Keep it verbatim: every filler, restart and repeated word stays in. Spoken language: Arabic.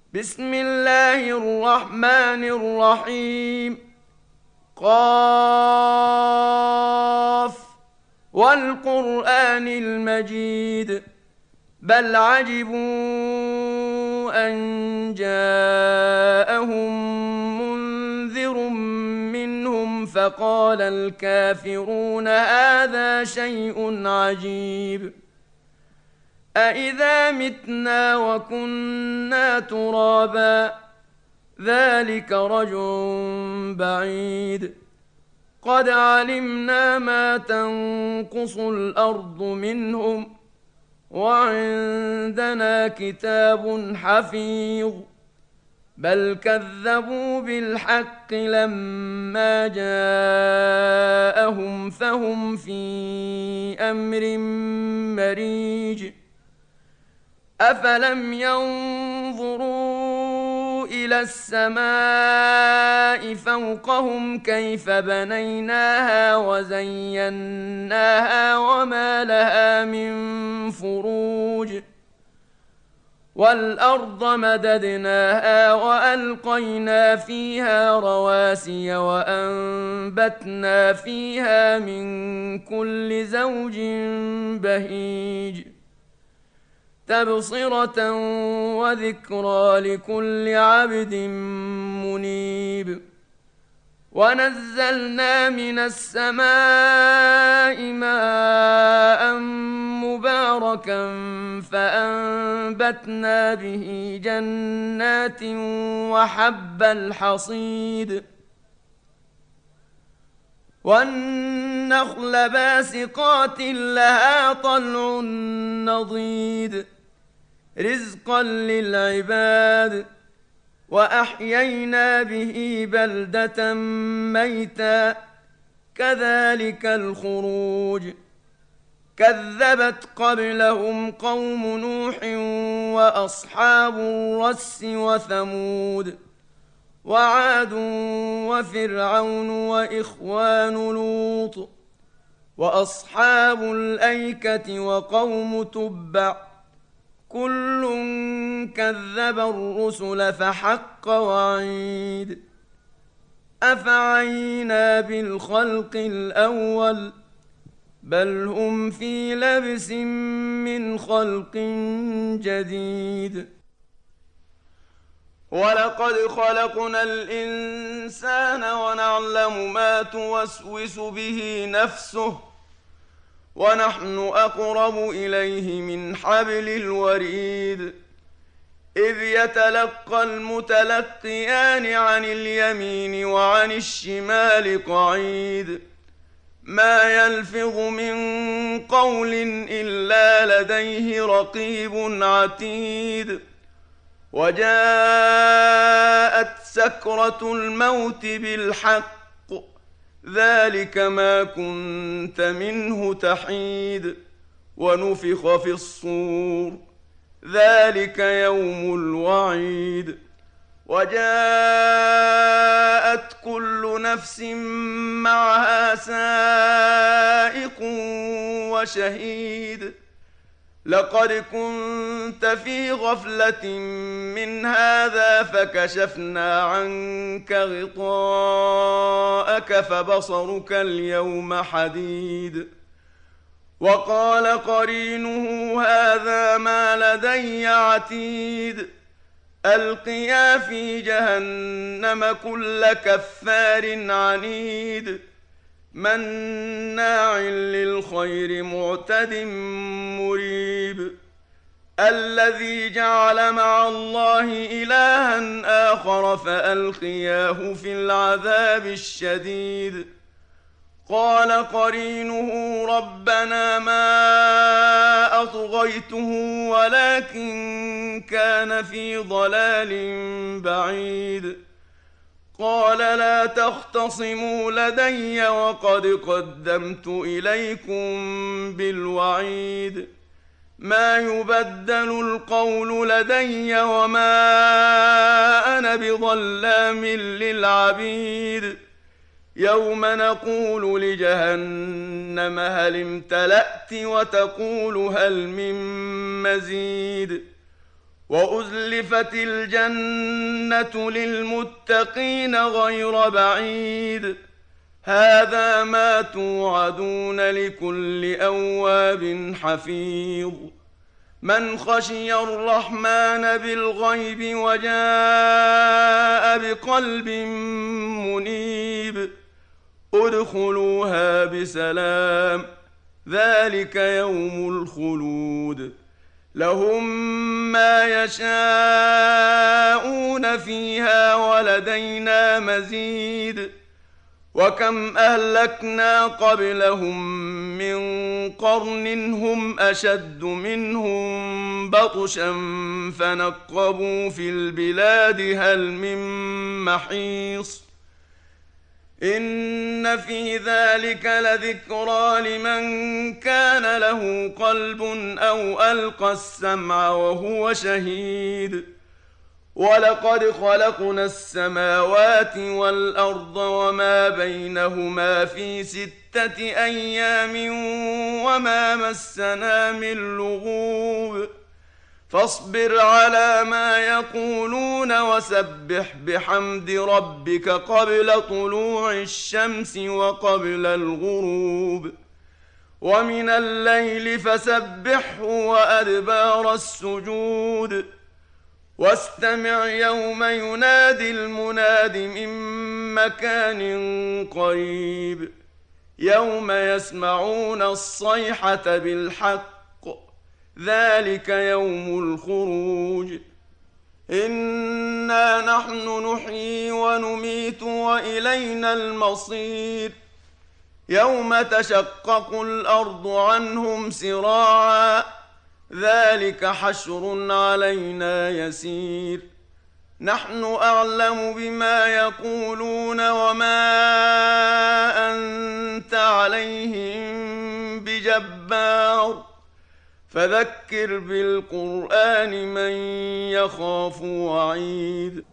بسم الله الرحمن الرحيم. قاف والقرآن المجيد. بل عجبوا أن جاءهم منذر منهم فقال الكافرون هذا شيء عجيب. أإذا متنا وكنا ترابا ذلك رجع بعيد. قد علمنا ما تنقص الأرض منهم وعندنا كتاب حفيظ. بل كذبوا بالحق لما جاءهم فهم في أمر مريج. أفلم ينظروا إلى السماء فوقهم كيف بنيناها وزيناها وما لها من فروج. والأرض مددناها وألقينا فيها رواسي وأنبتنا فيها من كل زوج بهيج. تبصرة وذكرى لكل عبد منيب. ونزلنا من السماء ماء مباركا فأنبتنا به جنات وحب الحصيد. والنخل باسقات لها طلع نضيد رزقا للعباد. وأحيينا به بلدة ميتا كذلك الخروج. كذبت قبلهم قوم نوح وأصحاب الرس وثمود وعاد وفرعون وإخوان لوط وأصحاب الأيكة وقوم تبع كل كذب الرسل فحق وعيد. أفعينا بالخلق الأول بل هم في لبس من خلق جديد. ولقد خلقنا الإنسان ونعلم ما توسوس به نفسه ونحن أقرب إليه من حبل الوريد. إذ يتلقى المتلقيان عن اليمين وعن الشمال قعيد. ما يلفظ من قول إلا لديه رقيب عتيد. وجاءت سكرة الموت بالحق ذلك ما كنت منه تحيد. ونفخ في الصور ذلك يوم الوعيد. وجاءت كل نفس معها سائق وشهيد. لقد كنت في غفلة من هذا فكشفنا عنك غطاءك فبصرك اليوم حديد. وقال قرينه هذا ما لدي عتيد. ألقيا في جهنم كل كفار عنيد مناع للخير معتد مريب. الذي جعل مع الله إلها آخر فألقياه في العذاب الشديد. قال قرينه ربنا ما أطغيته ولكن كان في ضلال بعيد. قال لا تختصموا لدي وقد قدمت إليكم بالوعيد. ما يبدل القول لدي وما أنا بظلام للعبيد. يوم نقول لجهنم هل امتلأت وتقول هل من مزيد. وأزلفت الجنة للمتقين غير بعيد هذا ما توعدون لكل أواب حفيظ من خشي الرحمن بالغيب وجاء بقلب منيب ادخلوها بسلام ذلك يوم الخلود لهم ما يشاءون فيها ولدينا مزيد وكم أهلكنا قبلهم من قرن هم أشد منهم بطشا فنقبوا في البلاد هل من محيص إن في ذلك لذكرى لمن كان له قلب أو ألقى السمع وهو شهيد ولقد خلقنا السماوات والأرض وما بينهما في ستة أيام وما مسنا من لغوب فاصبر على ما يقولون وسبح بحمد ربك قبل طلوع الشمس وقبل الغروب ومن الليل فسبحه وأدبار السجود واستمع يوم ينادي المناد من مكان قريب يوم يسمعون الصيحة بالحق ذلك يوم الخروج إنا نحن نحيي ونميت وإلينا المصير يوم تشقق الأرض عنهم سراعا ذلك حشر علينا يسير نحن أعلم بما يقولون وما أنت عليهم بجبار فذكر بالقرآن من يخاف وعيد